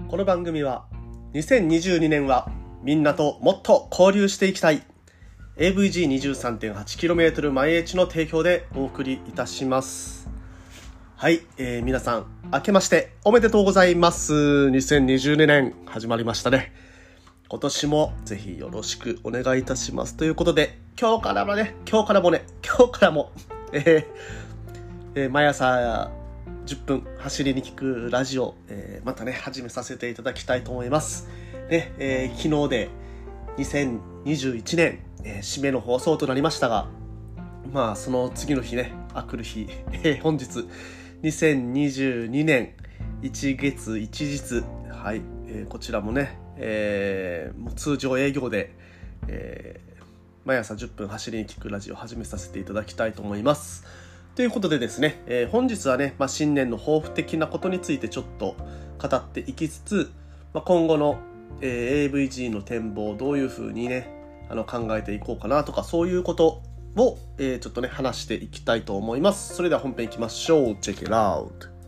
この番組は2022年はみんなともっと交流していきたい AVG23.8km 毎日の提供でお送りいたします。はい、皆さん明けましておめでとうございます。2022年始まりましたね。今年もぜひよろしくお願いいたしますということで、今日からも毎朝10分走りに聞くラジオ、またね始めさせていただきたいと思います。で、昨日で2021年、締めの放送となりましたが、まあその次の日ね、来る日、本日2022年1月1日、はい、こちらもね、もう通常営業で、毎朝10分走りに聞くラジオを始めさせていただきたいと思います。ということでですね、本日はね、新年の抱負的なことについてちょっと語っていきつつ、今後の、AVG の展望をどういうふうにね考えていこうかなとか、そういうことを、ちょっとね話していきたいと思います。それでは本編いきましょう。Check it out。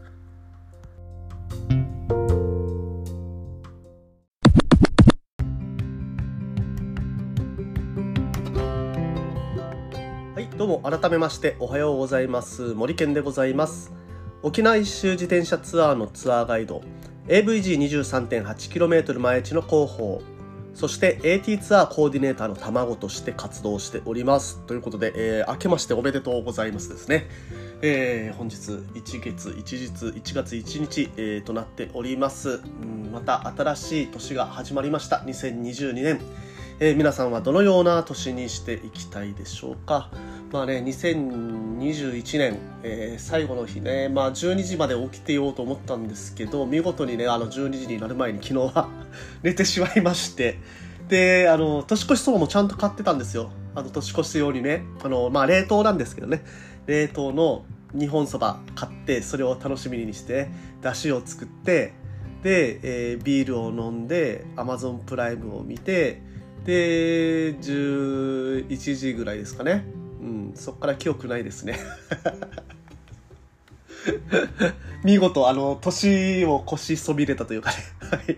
どうも改めましておはようございます。森健でございます。沖縄一周自転車ツアーのツアーガイド AVG23.8km 毎日の広報、そして AT ツアーコーディネーターの卵として活動しておりますということで、明けましておめでとうございますですね。本日1月1日、となっております。また新しい年が始まりました2022年。皆さんはどのような年にしていきたいでしょうか。2021年、最後の日ね、12時まで起きてようと思ったんですけど、見事にね12時になる前に昨日は寝てしまいまして、で年越しそばもちゃんと買ってたんですよ。年越し用にね、冷凍なんですけどね、冷凍の日本そば買って、それを楽しみにして出汁を作って、で、ビールを飲んで Amazon プライムを見て、で11時ぐらいですかね。そっから記憶ないですね見事年を越しそびれたというかねはい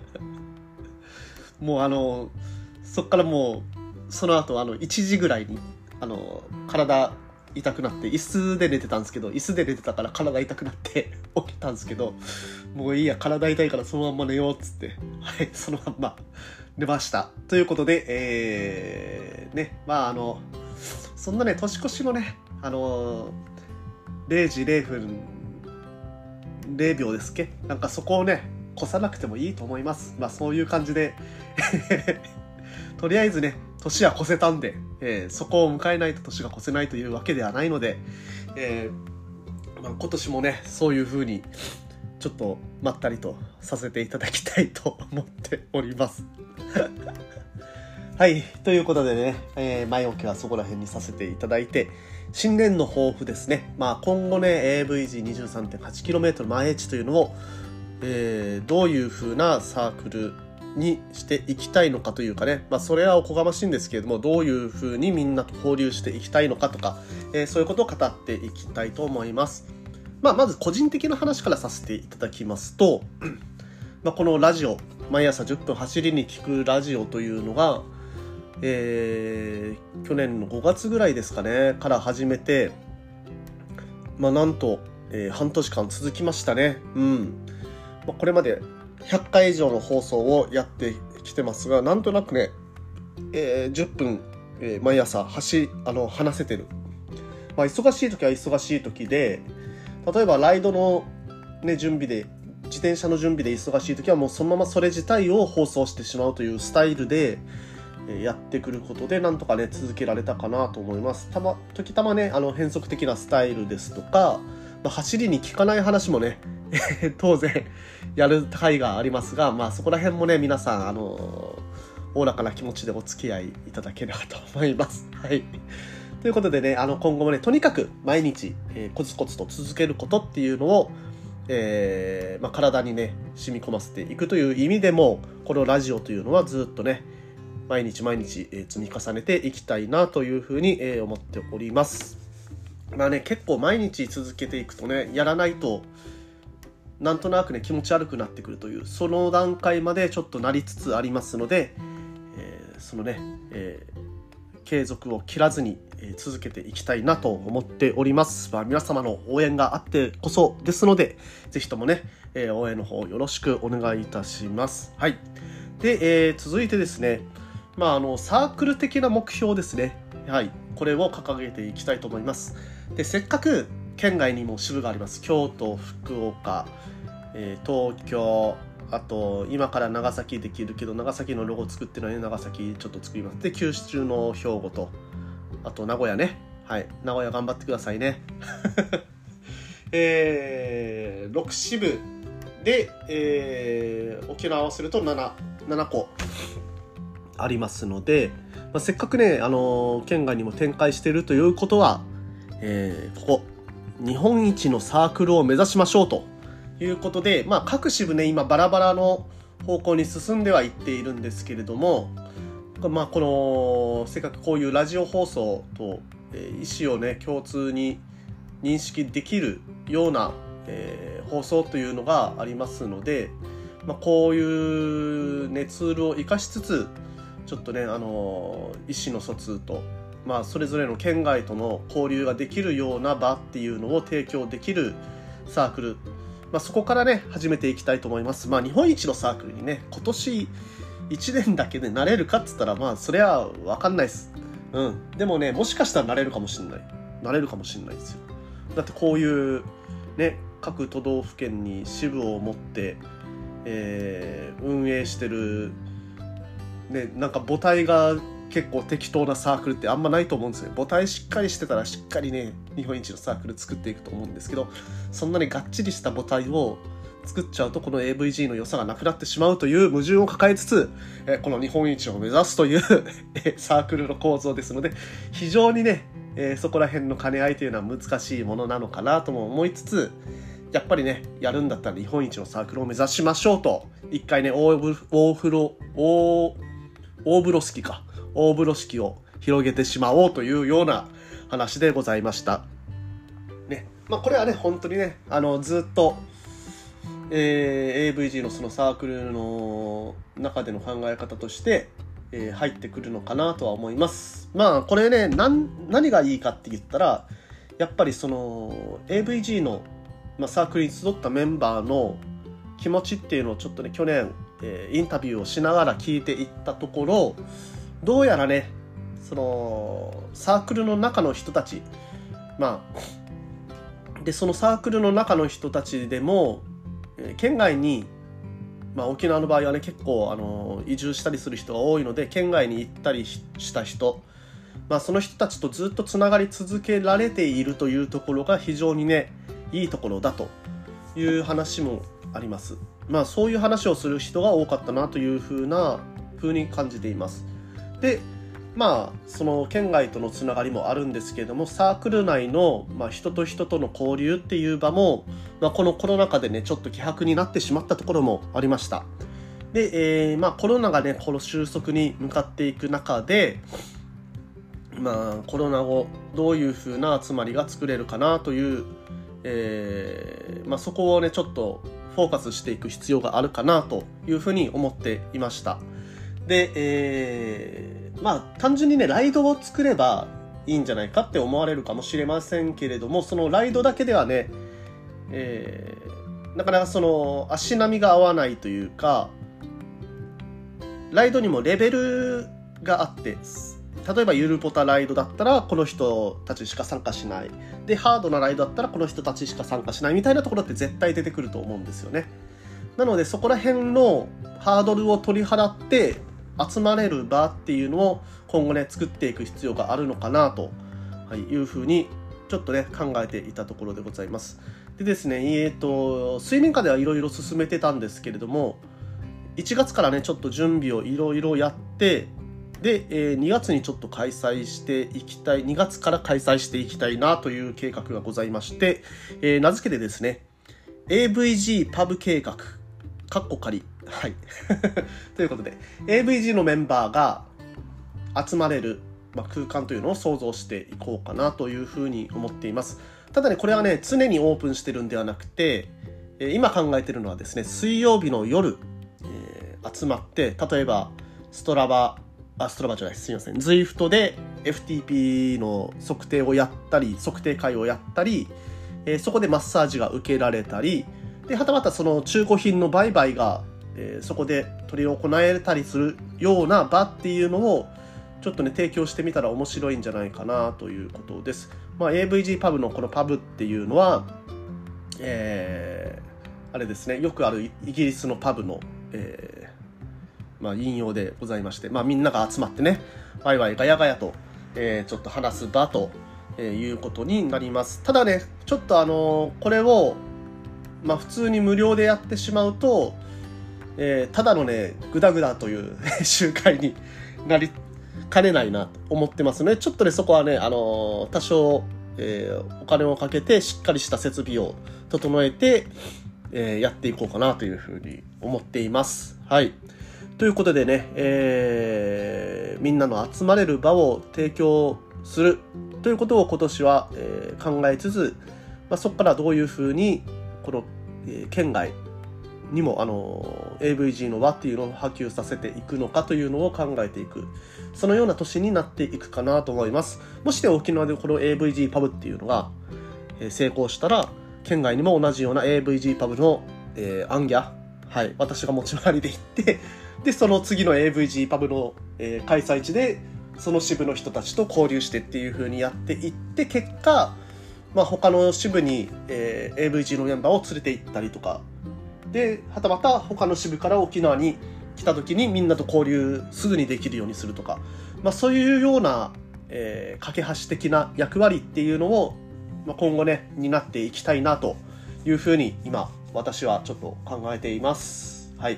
もうそっからもうその後1時ぐらいに体痛くなって、椅子で寝てたんですけど、椅子で寝てたから体痛くなって起きたんですけど、もういいや、体痛いからそのまんま寝ようっつって、はい、そのまんま寝ましたということで、そんなね年越しのね0時0分0秒ですっけ、なんかそこをね越さなくてもいいと思います。そういう感じでとりあえずね年は越せたんで、そこを迎えないと年が越せないというわけではないので、今年もねそういう風にちょっとまったりとさせていただきたいと思っておりますはい、ということでね、前置きはそこら辺にさせていただいて、新年の抱負ですね。今後ね AVG23.8km 毎日というのを、どういう風なサークルにしていきたいのかというかね、それはおこがましいんですけれども、どういう風にみんなと交流していきたいのかとか、そういうことを語っていきたいと思います。まず個人的な話からさせていただきますとこのラジオ、毎朝10分走りに聞くラジオというのが、去年の5月ぐらいですかねから始めて、なんと、半年間続きましたね。これまで100回以上の放送をやってきてますが、なんとなくね、10分、毎朝話せてる。忙しい時は忙しい時で、例えばライドの、準備で、自転車の準備で忙しい時はもうそのままそれ自体を放送してしまうというスタイルでやってくることで、なんとかね続けられたかなと思います。時たまね変則的なスタイルですとか、走りに聞かない話もね当然やる回がありますが、そこら辺もね皆さんおおらかな気持ちでお付き合いいただければと思います。はい、ということでね、今後もねとにかく毎日、コツコツと続けることっていうのを、体にね染み込ませていくという意味でも、このラジオというのはずっとね毎日、積み重ねていきたいなというふうに、思っております。結構毎日続けていくとね、やらないとなんとなくね気持ち悪くなってくるというその段階までちょっとなりつつありますので、そのね、継続を切らずに続けていきたいなと思っております。皆様の応援があってこそですので、ぜひともね、応援の方よろしくお願いいたします。はい。で、続いてですね、サークル的な目標ですね。はい。これを掲げていきたいと思います。で、せっかく県外にも支部があります。京都、福岡、東京、あと今から長崎できるけど長崎のロゴ作ってないね、長崎ちょっと作ります。で、九州の兵庫と、あと名古屋ね。はい。名古屋頑張ってくださいね。6支部で、沖縄を合わせると7個ありますので、せっかくね、県外にも展開しているということは、ここ日本一のサークルを目指しましょうということで、各支部ね今バラバラの方向に進んではいっているんですけれども、このせっかくこういうラジオ放送と、意思をね共通に認識できるような、放送というのがありますので、こういうねツールを活かしつつちょっとね意思の疎通とそれぞれの県外との交流ができるような場っていうのを提供できるサークル、そこからね始めていきたいと思います。日本一のサークルにね今年1年だけでなれるかっつったらそれは分かんないです。でもねもしかしたらなれるかもしれないですよ。だってこういうね各都道府県に支部を持って、運営してるね、なんか母体が結構適当なサークルってあんまないと思うんですよ。母体しっかりしてたらしっかりね日本一のサークル作っていくと思うんですけど、そんなにがっちりした母体を作っちゃうとこの AVG の良さがなくなってしまうという矛盾を抱えつつ、この日本一を目指すというサークルの構造ですので、非常にね、そこら辺の兼ね合いというのは難しいものなのかなとも思いつつ、やっぱりねやるんだったら日本一のサークルを目指しましょうと、一回ね大風呂敷を広げてしまおうというような話でございましたね。これはね本当にねずっと、AVG のそのサークルの中での考え方として、入ってくるのかなとは思います。これね何がいいかって言ったら、やっぱりその AVG の、サークルに集ったメンバーの気持ちっていうのをちょっとね去年、インタビューをしながら聞いていったところ、どうやらねそのサークルの中の人たち、でそのサークルの中の人たちでも、県外に、沖縄の場合はね結構移住したりする人が多いので、県外に行ったりした人、その人たちとずっとつながり続けられているというところが非常にねいいところだという話もあります。そういう話をする人が多かったなという風に感じています。でその県外とのつながりもあるんですけれども、サークル内の、人と人との交流っていう場も、このコロナ禍でねちょっと希薄になってしまったところもありました。で、コロナがねこの収束に向かっていく中で、コロナ後どういう風な集まりが作れるかなという、そこをねちょっとフォーカスしていく必要があるかなというふうに思っていました。で、単純にねライドを作ればいいんじゃないかって思われるかもしれませんけれども、そのライドだけではね、なかなかその足並みが合わないというか、ライドにもレベルがあって、例えばゆるポタライドだったらこの人たちしか参加しない、でハードなライドだったらこの人たちしか参加しないみたいなところって絶対出てくると思うんですよね。なのでそこら辺のハードルを取り払って集まれる場っていうのを今後ね作っていく必要があるのかなというふうにちょっとね考えていたところでございます。でですね、水面下ではいろいろ進めてたんですけれども、1月からねちょっと準備をいろいろやって、で、2月にちょっと2月から開催していきたいなという計画がございまして、名付けてですね AVG パブ計画仮ということで AVG のメンバーが集まれる、空間というのを想像していこうかなというふうに思っています。ただねこれはね常にオープンしてるんではなくて、 今考えてるのはですね、水曜日の夜、集まって、例えばストラバじゃない、すいません、Zwift で FTP の測定をやったり、測定会をやったり、そこでマッサージが受けられたり、ではたまたその中古品の売買が、そこで取り行えたりするような場っていうのをちょっとね提供してみたら面白いんじゃないかなということです。AVG パブのこのパブっていうのは、あれですね、よくあるイギリスのパブの、引用でございまして、みんなが集まってね、ワイワイガヤガヤと、ちょっと話す場と、いうことになります。ただね、ちょっとこれを、普通に無料でやってしまうと、ただのね、グダグダという集会になりかねないなと思ってますね。ちょっとね、そこはね、多少、お金をかけてしっかりした設備を整えて、やっていこうかなというふうに思っています。はい。ということでね、みんなの集まれる場を提供するということを今年は、考えつつ、そこからどういうふうにこの、県外にもAVG の輪っていうのを波及させていくのかというのを考えていく、そのような年になっていくかなと思います。もし沖縄でこの AVG パブっていうのが、成功したら県外にも同じような AVG パブの、アンギャ、はい、私が持ち回りで行ってでその次の AVG パブの、開催地でその支部の人たちと交流してっていう風にやっていって、結果、他の支部に、AVG のメンバーを連れて行ったりとかで、はたまた他の支部から沖縄に来た時にみんなと交流すぐにできるようにするとか、そういうような、架け橋的な役割っていうのを、今後ね担っていきたいなというふうに今私はちょっと考えています。はい。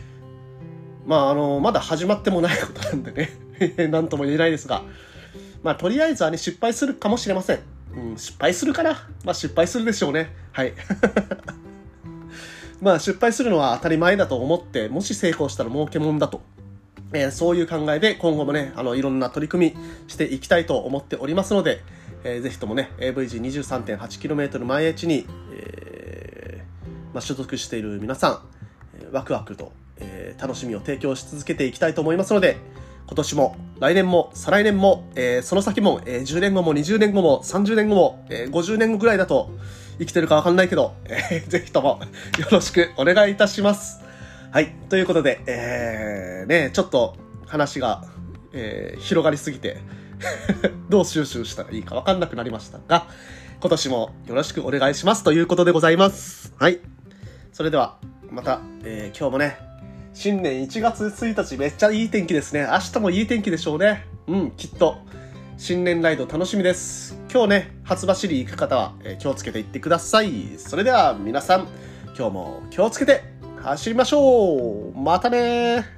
まだ始まってもないことなんでね何とも言えないですが、とりあえずはね失敗するかもしれません。失敗するかな。失敗するでしょうね。はい失敗するのは当たり前だと思って、もし成功したら儲けもんだと、そういう考えで今後もねいろんな取り組みしていきたいと思っておりますので、ぜひともね AVG23.8km 毎日に、所属している皆さん、ワクワクと、楽しみを提供し続けていきたいと思いますので、今年も来年も再来年も、その先も、10年後も20年後も30年後も、50年後ぐらいだと生きてるか分かんないけど、ぜひともよろしくお願いいたします。はい、ということで、ちょっと話が、広がりすぎてどう収集したらいいか分かんなくなりましたが、今年もよろしくお願いしますということでございます。はい、それではまた、今日もね新年1月1日めっちゃいい天気ですね。明日もいい天気でしょうね。きっと新年ライド楽しみです。今日ね初走り行く方は、気をつけていってください。それでは皆さん今日も気をつけて走りましょう。またね。